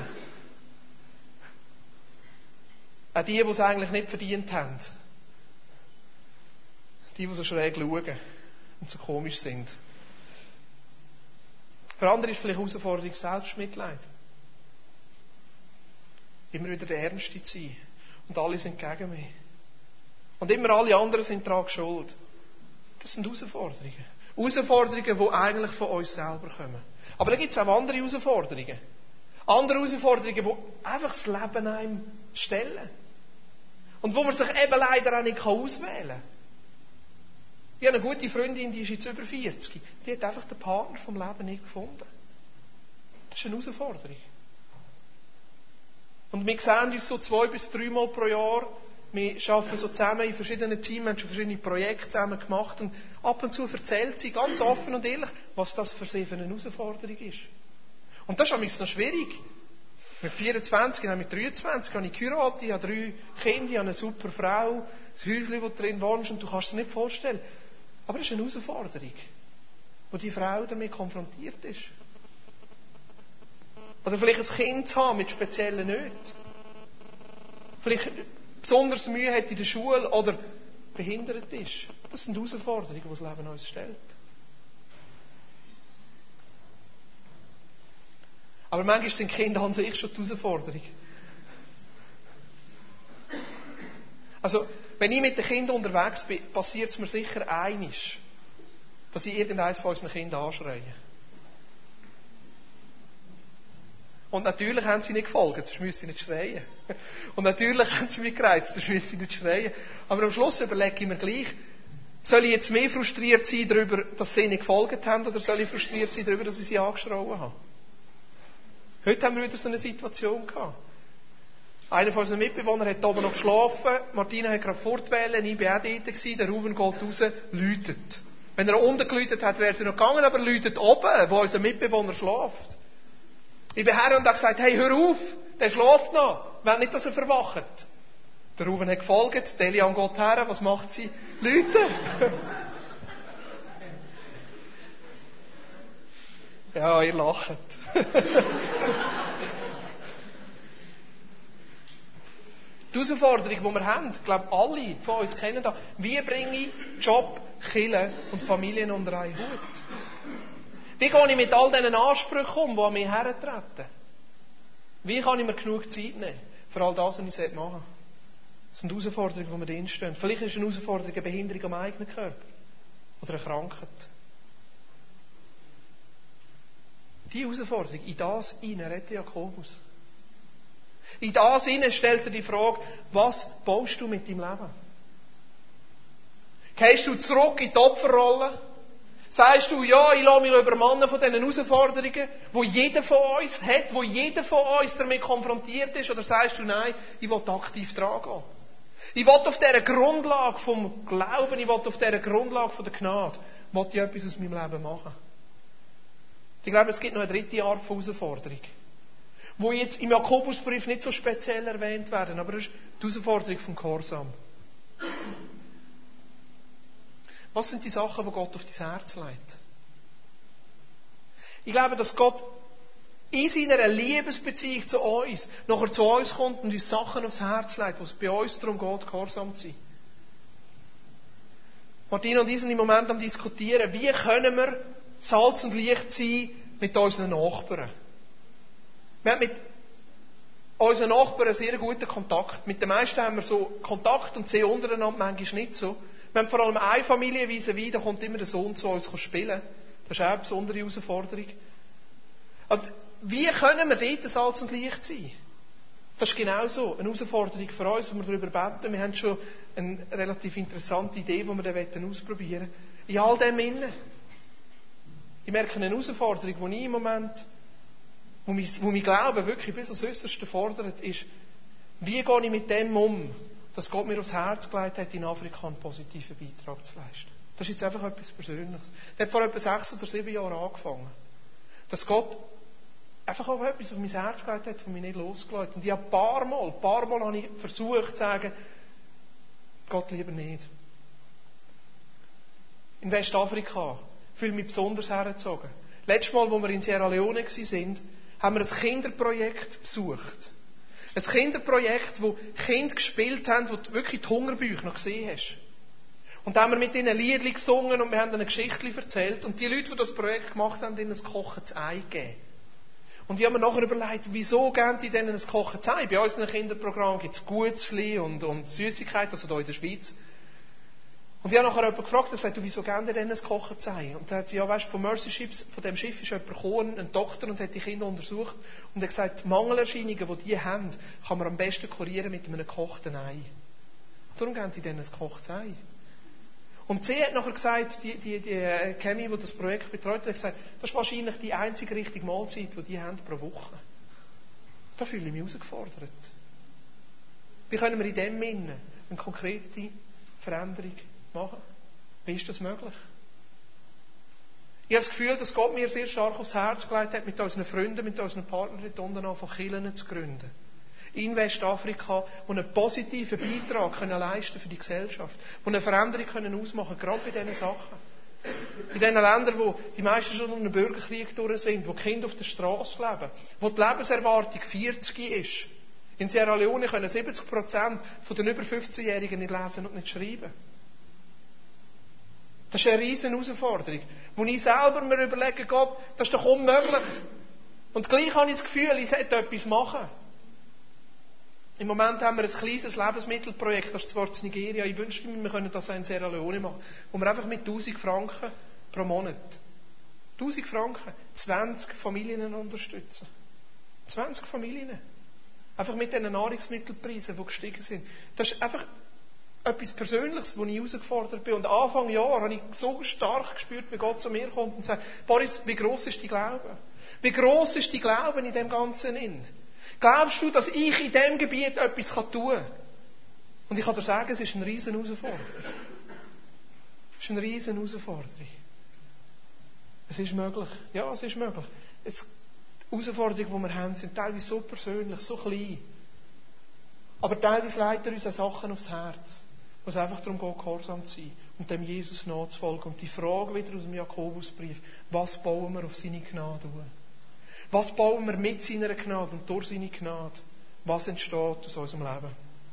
Auch die es eigentlich nicht verdient haben. Die so schräg schauen und so komisch sind. Für andere ist vielleicht die Herausforderung Selbstmitleid. Immer wieder der Ernste zu sein. Und alle sind gegen mich. Und immer alle anderen sind daran schuld. Das sind Herausforderungen. Herausforderungen, die eigentlich von uns selber kommen. Aber dann gibt es auch andere Herausforderungen. Andere Herausforderungen, die einfach das Leben einem stellen. Und wo man sich eben leider auch nicht auswählen kann. Ich habe eine gute Freundin, die ist jetzt über 40. Die hat einfach den Partner vom Leben nicht gefunden. Das ist eine Herausforderung. Und wir sehen uns so 2 bis 3 Mal pro Jahr. Wir arbeiten so zusammen in verschiedenen Teams, haben schon verschiedene Projekte zusammen gemacht und ab und zu erzählt sie ganz offen und ehrlich, was das für sie für eine Herausforderung ist. Und das ist manchmal noch schwierig. Mit 24, mit 23 habe ich geheiratet, ich habe 3 Kinder, ich habe eine super Frau, das Häuschen, wo du drin wohnst und du kannst es dir nicht vorstellen. Aber es ist eine Herausforderung, wo die Frau damit konfrontiert ist. Oder vielleicht ein Kind zu haben mit speziellen Nöten. Vielleicht besonders Mühe hat in der Schule oder behindert ist. Das sind Herausforderungen, die das Leben uns stellt. Aber manchmal sind Kinder an sich schon die Herausforderung. Also, wenn ich mit den Kindern unterwegs bin, passiert es mir sicher einmal, dass ich irgendeines von unseren Kindern anschreie. Und natürlich haben sie nicht gefolgt, sonst müssen sie nicht schreien. Und natürlich haben sie mich gereizt, sonst müssen sie nicht schreien. Aber am Schluss überlege ich mir gleich, soll ich jetzt mehr frustriert sein darüber, dass sie nicht gefolgt haben, oder soll ich frustriert sein darüber, dass ich sie angeschrien habe? Heute haben wir wieder so eine Situation gehabt. Einer von unseren Mitbewohnern hat oben noch geschlafen, Martina hat gerade fortwählen, ich war auch dort, der Ruben geht raus, läutet. Wenn er unten geläutet hat, wäre sie noch gegangen, aber läutet oben, wo unser Mitbewohner schläft. Ich bin her und habe gesagt, hey, hör auf, der schläft noch, wenn nicht, dass er verwacht. Der Ruben hat gefolgt, Delian geht her, was macht sie? Läuten. Ja, ihr lacht. Die Herausforderung, die wir haben, ich glaube, alle von uns kennen das. Wie bringe ich Job, Kirche und Familien unter einen Hut? Wie gehe ich mit all diesen Ansprüchen um, die an mich herantreten? Wie kann ich mir genug Zeit nehmen für all das, was ich machen soll? Das sind Herausforderungen, die wir drinstehen. Vielleicht ist eine Herausforderung eine Behinderung am eigenen Körper. Oder eine Krankheit. Die Herausforderung, in das hinein redet Jakobus. In das hinein stellt er die Frage, was baust du mit deinem Leben? Gehst du zurück in die Opferrolle? Sagst du, ja, ich lasse mich übermannen von diesen Herausforderungen, die jeder von uns hat, wo jeder von uns damit konfrontiert ist? Oder sagst du, nein, ich will aktiv dran gehen? Ich will auf dieser Grundlage vom Glauben, ich will auf dieser Grundlage von der Gnade, will ich etwas aus meinem Leben machen? Ich glaube, es gibt noch eine dritte Art von Herausforderung, die jetzt im Jakobusbrief nicht so speziell erwähnt werden, aber das ist die Herausforderung vom Gehorsam. Was sind die Sachen, die Gott auf dein Herz legt? Ich glaube, dass Gott in seiner Liebesbeziehung zu uns nachher zu uns kommt und uns Sachen aufs Herz legt, wo es bei uns darum geht, gehorsam zu sein. Martina und ich sind im Moment am Diskutieren, wie können wir Salz und Licht sein mit unseren Nachbarn. Wir haben mit unseren Nachbarn einen sehr guten Kontakt. Mit den meisten haben wir so Kontakt und sehen untereinander manchmal nicht so. Wir haben vor allem eine Familie vis-à-vis, da kommt immer der Sohn zu uns spielen. Das ist auch eine besondere Herausforderung. Und wie können wir dort Salz und Licht sein? Das ist genau so eine Herausforderung für uns, wenn wir darüber beten. Wir haben schon eine relativ interessante Idee, die wir dann ausprobieren wollen. In all dem innen. Ich merke eine Herausforderung, die ich im Moment, wo mein Glauben wirklich bis aufs Äußerste fordert, ist, wie gehe ich mit dem um, dass Gott mir aufs Herz gelegt hat, in Afrika einen positiven Beitrag zu leisten. Das ist jetzt einfach etwas Persönliches. Das hat vor etwa 6 oder 7 Jahren angefangen. Dass Gott einfach auch etwas auf mein Herz gelegt hat, von mir nicht losgelassen. Und ich habe ein paar Mal habe ich versucht zu sagen, Gott lieber nicht. In Westafrika fühle ich mich besonders hergezogen. Letztes Mal, als wir in Sierra Leone waren, haben wir ein Kinderprojekt besucht. Ein Kinderprojekt, wo Kinder gespielt haben, wo du wirklich die Hungerbücher noch gesehen hast. Und da haben wir mit ihnen Liedli gesungen und wir haben ihnen eine Geschichte erzählt. Und die Leute, die das Projekt gemacht haben, ihnen ein kochendes Ei gegeben. Und ich habe mir nachher überlegt, wieso geben die denen ein kochendes Ei? Bei uns in einem Kinderprogramm gibt es Gutzli und Süßigkeiten, also hier in der Schweiz. Und ich habe nachher jemanden gefragt und gesagt, wieso geben die denen ein kochendes Ei? Und dann hat sie, ja, weißt du, von Mercy Ships, von dem Schiff ist jemand gekommen, ein Doktor, und hat die Kinder untersucht und hat gesagt, die Mangelerscheinungen, die die haben, kann man am besten kurieren mit einem gekochten Ei. Darum geben die denen ein gekochtes Ei. Und sie hat nachher gesagt, die Chemie, die das Projekt betreut hat, gesagt, das ist wahrscheinlich die einzige richtige Mahlzeit, die die haben pro Woche. Da fühle ich mich herausgefordert. Wie können wir in dem Sinne eine konkrete Veränderung machen? Wie ist das möglich? Ich habe das Gefühl, dass Gott mir sehr stark aufs Herz gelegt hat, mit unseren Freunden, mit unseren Partnern dort unten von Kirchen zu gründen. In Westafrika, die einen positiven Beitrag leisten können für die Gesellschaft, die eine Veränderung ausmachen können, gerade bei diesen Sachen. In diesen Ländern, wo die meisten schon unter einem Bürgerkrieg durch sind, wo die Kinder auf der Straße leben, wo die Lebenserwartung 40 ist. In Sierra Leone können 70% von den über 15-Jährigen nicht lesen und nicht schreiben. Das ist eine riesen Herausforderung, wo ich selber mir überlege, Gott, das ist doch unmöglich. Und gleich habe ich das Gefühl, ich sollte etwas machen. Im Moment haben wir ein kleines Lebensmittelprojekt, das ist zwar in Nigeria, ich wünschte mir, wir können das auch in Sierra Leone machen, wo wir einfach mit 1000 Franken pro Monat, 1000 Franken, 20 Familien unterstützen. 20 Familien. Einfach mit diesen Nahrungsmittelpreisen, die gestiegen sind. Das ist einfach etwas Persönliches, wo ich herausgefordert bin. Und Anfang Jahr habe ich so stark gespürt, wie Gott zu mir kommt und sagt, Boris, wie gross ist dein Glaube? Wie gross ist dein Glaube in dem Ganzen in? Glaubst du, dass ich in diesem Gebiet etwas tun kann? Und ich kann dir sagen, es ist eine riesen Herausforderung. Es ist eine riesen Herausforderung. Es ist möglich. Ja, es ist möglich. Die Herausforderungen, die wir haben, sind teilweise so persönlich, so klein. Aber teilweise leiten uns auch Sachen aufs Herz, wo es einfach darum geht, gehorsam zu sein und dem Jesus nachzufolgen. Und die Frage wieder aus dem Jakobusbrief, was bauen wir auf seine Gnade an? Was bauen wir mit seiner Gnade und durch seine Gnade? Was entsteht aus unserem Leben?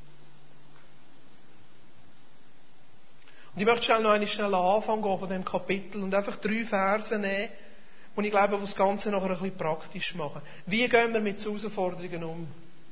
Und ich möchte schnell Anfang gehen von diesem Kapitel und einfach 3 Verse nehmen, und ich glaube, die das Ganze nachher ein bisschen praktisch machen. Wie gehen wir mit so Herausforderungen um?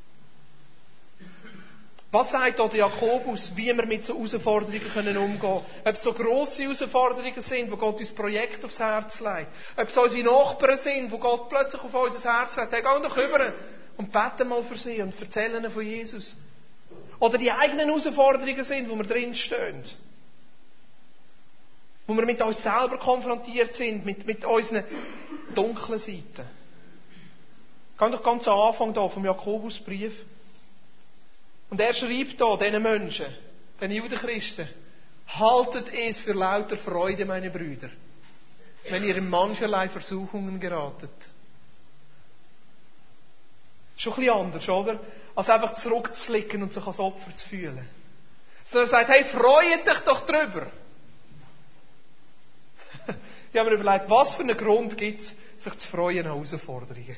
Was sagt da der Jakobus, wie wir mit so Herausforderungen umgehen können? Ob es so grosse Herausforderungen sind, wo Gott uns Projekt aufs Herz legt. Ob es unsere Nachbarn sind, wo Gott plötzlich auf unser Herz legt. Hey, geh doch rüber und beten mal für sie und erzählen ihnen von Jesus. Oder die eigenen Herausforderungen sind, wo wir drin stehen. Wo wir mit uns selber konfrontiert sind, mit unseren dunklen Seiten. Geh doch ganz am Anfang hier vom Jakobusbrief. Und er schreibt hier diesen Menschen, den Judenchristen, haltet es für lauter Freude, meine Brüder, wenn ihr in mancherlei Versuchungen geratet. Schon ein bisschen anders, oder? Als einfach zurückzulicken und sich als Opfer zu fühlen. Sondern er sagt, hey, freut dich doch drüber. Ich habe mir überlegt, was für einen Grund gibt es, sich zu freuen an Herausforderungen?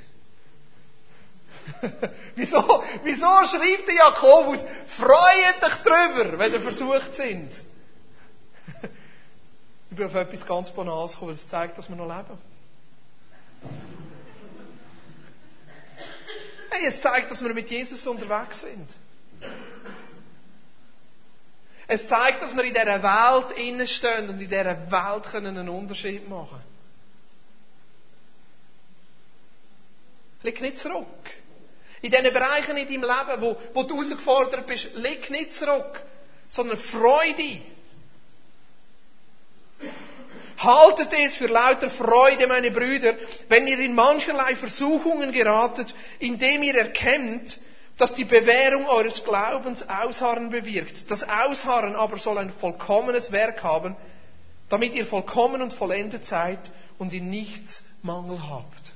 Wieso schreibt der Jakobus, freut dich drüber, wenn ihr versucht sind? Ich bin auf etwas ganz Banales gekommen, weil es zeigt, dass wir noch leben. Hey, es zeigt, dass wir mit Jesus unterwegs sind. Es zeigt, dass wir in dieser Welt innenstehen und in dieser Welt einen Unterschied machen können. Leg nicht zurück. In diesen Bereichen in deinem Leben, wo du herausgefordert bist, leg nicht zurück, sondern freu dich. Haltet es für lauter Freude, meine Brüder, wenn ihr in mancherlei Versuchungen geratet, indem ihr erkennt, dass die Bewährung eures Glaubens Ausharren bewirkt. Das Ausharren aber soll ein vollkommenes Werk haben, damit ihr vollkommen und vollendet seid und in nichts Mangel habt.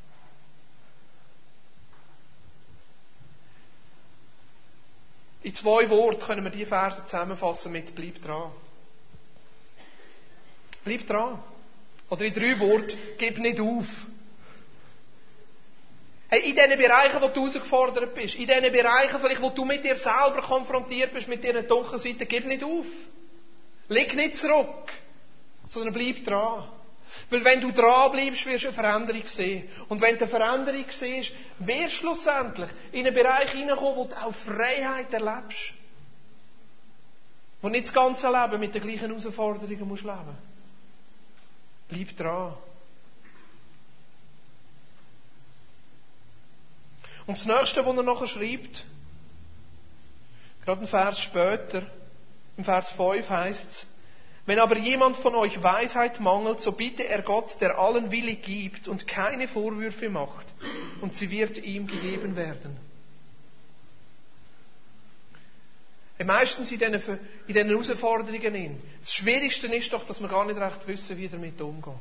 In 2 Worten können wir diese Verse zusammenfassen mit «Bleib dran». Bleib dran. Oder in 3 Worten, gib nicht auf. Hey, in diesen Bereichen, wo du herausgefordert bist, in diesen Bereichen, vielleicht, wo du mit dir selber konfrontiert bist, mit deinen dunklen Seiten, gib nicht auf. Leg nicht zurück, sondern bleib dran. Weil wenn du dran bleibst, wirst du eine Veränderung sehen. Und wenn du eine Veränderung siehst, wirst du schlussendlich in einen Bereich hineinkommen, wo du auch Freiheit erlebst. Wo nicht das ganze Leben mit den gleichen Herausforderungen musst leben. Bleib dran. Und das Nächste, was er nachher schreibt, gerade einen Vers später, im Vers 5 heißt es, wenn aber jemand von euch Weisheit mangelt, so bitte er Gott, der allen willig gibt und keine Vorwürfe macht, und sie wird ihm gegeben werden. Meistens in diesen Herausforderungen. Das Schwierigste ist doch, dass wir gar nicht recht wissen, wie damit umgehen.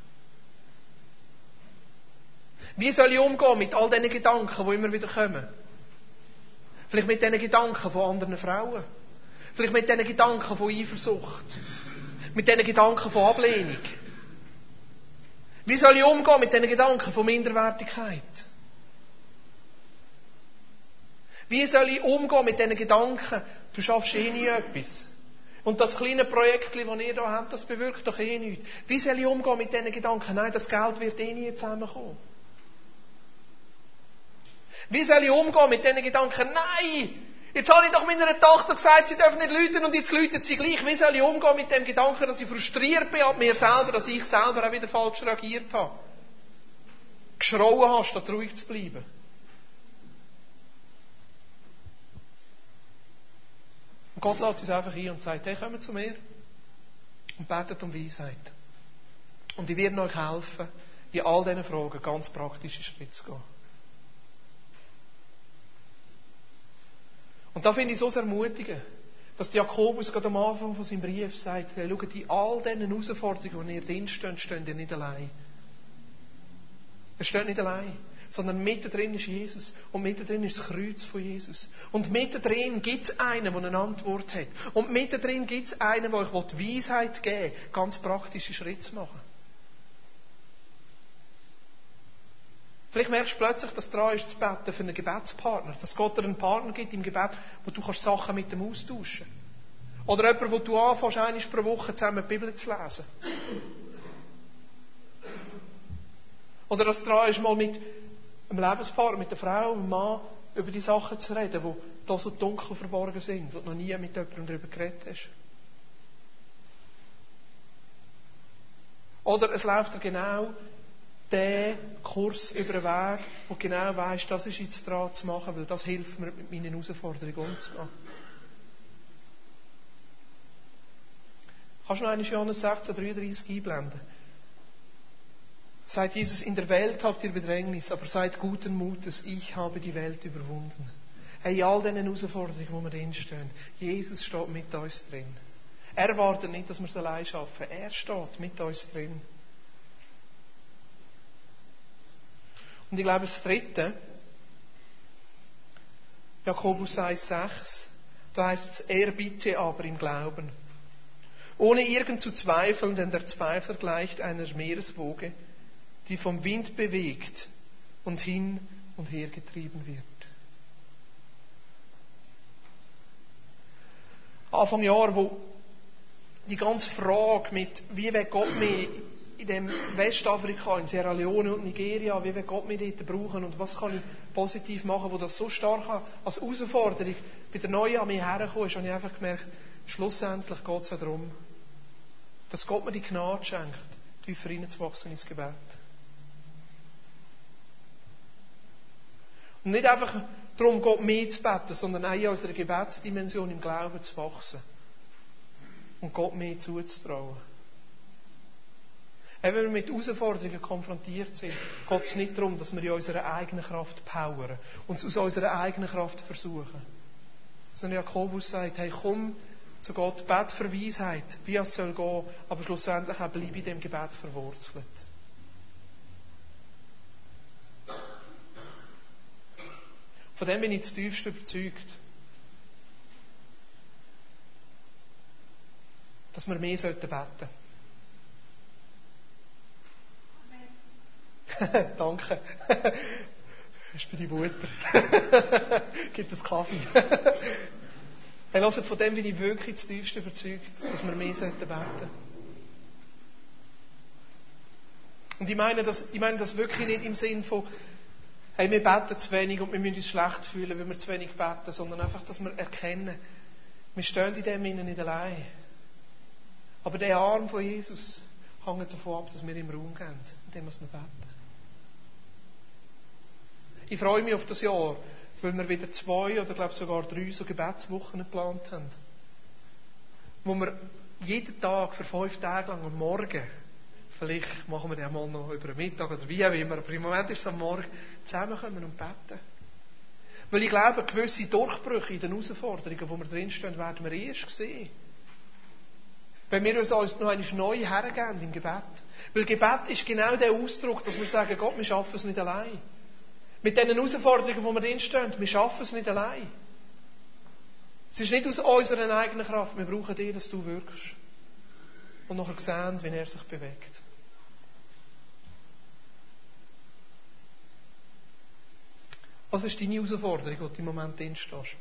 Wie soll ich umgehen mit all diesen Gedanken, die immer wieder kommen? Vielleicht mit diesen Gedanken von anderen Frauen. Vielleicht mit diesen Gedanken von Eifersucht. Mit diesen Gedanken von Ablehnung. Wie soll ich umgehen mit diesen Gedanken von Minderwertigkeit? Wie soll ich umgehen mit diesen Gedanken, du schaffst eh nie etwas. Und das kleine Projekt, das ihr hier habt, das bewirkt doch eh nichts. Wie soll ich umgehen mit diesen Gedanken? Nein, das Geld wird eh nie zusammenkommen. Wie soll ich umgehen mit diesen Gedanken? Nein! Jetzt habe ich doch meiner Tochter gesagt, sie dürfen nicht läuten und jetzt läuten sie gleich. Wie soll ich umgehen mit dem Gedanken, dass ich frustriert bin an mir selber, dass ich selber auch wieder falsch reagiert habe? Geschrauen habe, statt ruhig zu bleiben. Und Gott lädt uns einfach ein und sagt, hey, kommt zu mir und betet um Weisheit. Und ich werde euch helfen, in all diesen Fragen ganz praktische Schritte zu gehen. Und da finde ich so sehr ermutigend, dass Jakobus gerade am Anfang von seinem Brief sagt, hey, schaut, in all diesen Herausforderungen, die ihr drin steht, steht ihr nicht allein. Ihr steht nicht allein, sondern mittendrin ist Jesus und mittendrin ist das Kreuz von Jesus. Und mittendrin gibt es einen, der eine Antwort hat. Und mittendrin gibt es einen, der euch die Weisheit geben will, ganz praktische Schritte zu machen. Vielleicht merkst du plötzlich, dass du dran ist zu beten für einen Gebetspartner. Dass Gott dir einen Partner gibt im Gebet, wo du kannst Sachen mit dem austauschen kannst. Oder jemand, wo du anfängst, einmal pro Woche zusammen die Bibel zu lesen. Oder dass du dran ist, mal mit einem Lebenspartner, mit einer Frau, einem Mann, über die Sachen zu reden, die da so dunkel verborgen sind, wo du noch nie mit jemandem darüber geredet hast. Oder es läuft dir genau der Kurs über den Weg, wo genau weisst, das ist jetzt dran zu machen, weil das hilft mir, mit meinen Herausforderungen umzugehen. Kannst du noch einmal Johannes 16,33 einblenden? Sagt Jesus, in der Welt habt ihr Bedrängnis, aber seid guten Mutes, ich habe die Welt überwunden. Hey, in all diesen Herausforderungen, wo wir drinstehen, Jesus steht mit uns drin. Er wartet nicht, dass wir es allein schaffen. Er steht mit uns drin. Und ich glaube, das Dritte, Jakobus 1,6, da heißt es, er bitte aber im Glauben. Ohne irgend zu zweifeln, denn der Zweifler gleicht einer Meereswoge, die vom Wind bewegt und hin und her getrieben wird. Anfang Jahr, wo die ganze Frage mit, wie will Gott mich in dem Westafrika, in Sierra Leone und Nigeria, wie will Gott mich dort brauchen und was kann ich positiv machen, wo das so stark als Herausforderung bei der Neuen an mich hergekommen ist, habe ich einfach gemerkt, schlussendlich geht es ja darum, dass Gott mir die Gnade schenkt, tiefer hineinzuwachsen ins Gebet. Und nicht einfach darum, Gott mehr zu beten, sondern auch in unserer Gebetsdimension im Glauben zu wachsen. Und Gott mehr zuzutrauen. Wenn wir mit Herausforderungen konfrontiert sind, geht es nicht darum, dass wir in unserer eigenen Kraft powern und es aus unserer eigenen Kraft versuchen. Sondern Jakobus sagt, hey, komm zu Gott, bet für Weisheit, wie es soll gehen, aber schlussendlich auch bleib in dem Gebet verwurzelt. Von dem bin ich zutiefst überzeugt, dass wir mehr beten sollten. Danke. Das ist für die Mutter. Gibt es Kaffee? Hey, hört, von dem bin ich wirklich zutiefst überzeugt, dass wir mehr beten sollten. Und ich meine das wirklich nicht im Sinn von, hey, wir beten zu wenig und wir müssen uns schlecht fühlen, wenn wir zu wenig beten, sondern einfach, dass wir erkennen, wir stehen in dem Innen nicht allein. Aber der Arm von Jesus hängt davon ab, dass wir ihm Raum geben, indem wir beten. Ich freue mich auf das Jahr, weil wir wieder 2 oder glaube sogar 3 so Gebetswochen geplant haben. Wo wir jeden Tag für 5 Tage lang am Morgen, vielleicht machen wir den mal noch über den Mittag oder wie auch immer, aber im Moment ist es am Morgen, zusammenkommen und beten. Weil ich glaube, gewisse Durchbrüche in den Herausforderungen, wo wir drinstehen, werden wir erst sehen. Wenn wir uns noch einmal neu hergeben im Gebet. Weil Gebet ist genau der Ausdruck, dass wir sagen, Gott, wir schaffen es nicht allein. Mit diesen Herausforderungen, wo wir drinstehen, wir schaffen es nicht allein. Es ist nicht aus unserer eigenen Kraft, wir brauchen dich, dass du wirkst. Und nachher sehen, wie er sich bewegt. Was ist deine Herausforderung, wo du im Moment drinstehst?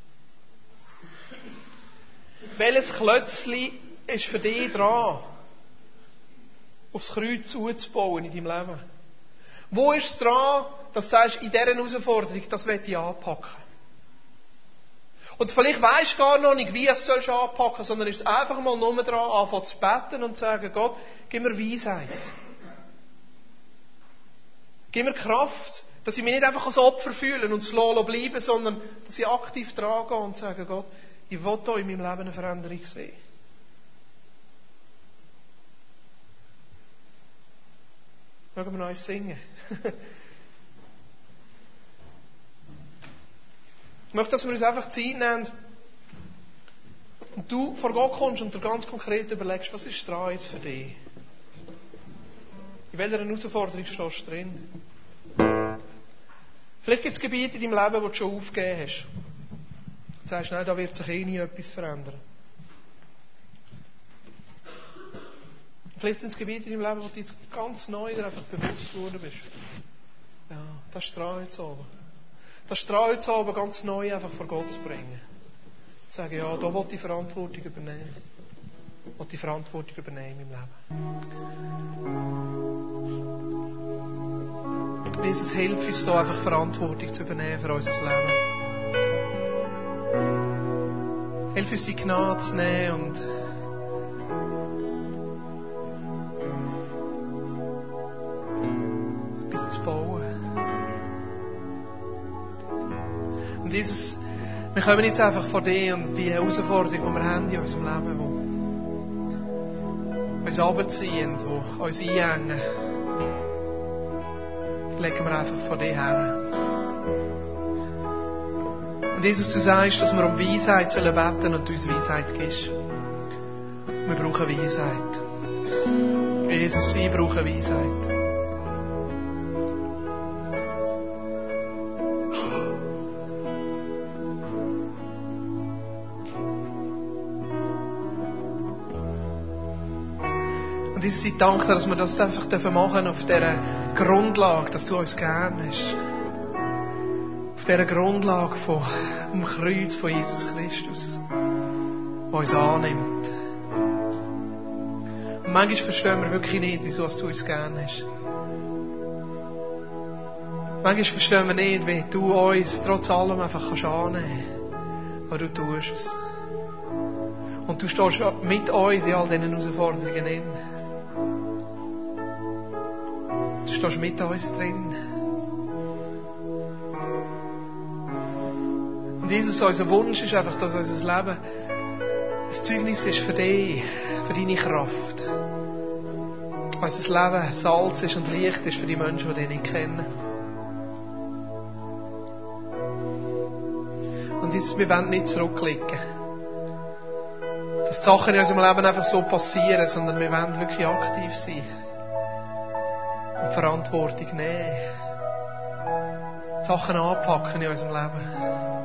Welches Klötzchen ist für dich dran, aufs Kreuz zuzubauen in deinem Leben? Wo ist es dran, dass du sagst, in dieser Herausforderung, das möchte ich anpacken? Und vielleicht weisst du gar noch nicht, wie es sollst anpacken, sondern ist es einfach mal nur dran, anfangen zu beten und zu sagen, Gott, gib mir Weisheit. Gib mir Kraft, dass ich mich nicht einfach als Opfer fühle und slow bleibe, sondern dass ich aktiv dran gehe und sage, Gott, ich will da in meinem Leben eine Veränderung sehen. Mögen wir noch eins singen? Ich möchte, dass wir uns einfach Zeit nehmen und du vor Gott kommst und dir ganz konkret überlegst, was ist dran jetzt für dich? In welcher Herausforderung stehst du drin? Vielleicht gibt es Gebiete in deinem Leben, wo du schon aufgegeben hast. Du sagst, nein, da wird sich nie etwas verändern. Vielleicht sind es Gebiete in deinem Leben, wo du jetzt ganz neu einfach bewusst geworden bist. Ja, das ist dran jetzt oben. Das ist dran jetzt oben ganz neu einfach vor Gott zu bringen. Zu sagen, ja, da will ich Verantwortung übernehmen. Ich will die Verantwortung übernehmen im Leben. Jesus, hilf uns da einfach Verantwortung zu übernehmen für unser Leben. Hilf uns die Gnade zu nehmen und etwas zu bauen. Und Jesus, wir kommen jetzt einfach vor dir und die Herausforderung, die wir haben in unserem Leben, uns runterziehen, die uns einengen, die legen wir einfach vor dir her. Und Jesus, du sagst, dass wir um Weisheit beten sollen und du uns Weisheit gibst. Wir brauchen Weisheit. Jesus, ich brauche Weisheit. Und ich sei dankbar, dass wir das einfach machen auf dieser Grundlage, dass du uns gern hast. Auf dieser Grundlage vom Kreuz von Jesus Christus, der uns annimmt. Und manchmal verstehen wir wirklich nicht, wieso du uns gern hast. Manchmal verstehen wir nicht, wie du uns trotz allem einfach annehmen kannst. Aber du tust es. Und du stehst mit uns in all diesen Herausforderungen drin. Du stehst mit uns drin. Und Jesus, unser Wunsch ist einfach, dass unser Leben ein Zeugnis ist für dich, für deine Kraft. Unser Leben Salz ist und Licht ist für die Menschen, die dich nicht kennen. Und Jesus, wir wollen nicht zurückblicken. Dass die Sachen in unserem Leben einfach so passieren, sondern wir wollen wirklich aktiv sein. Und Verantwortung nehmen. Die Sachen anpacken in unserem Leben.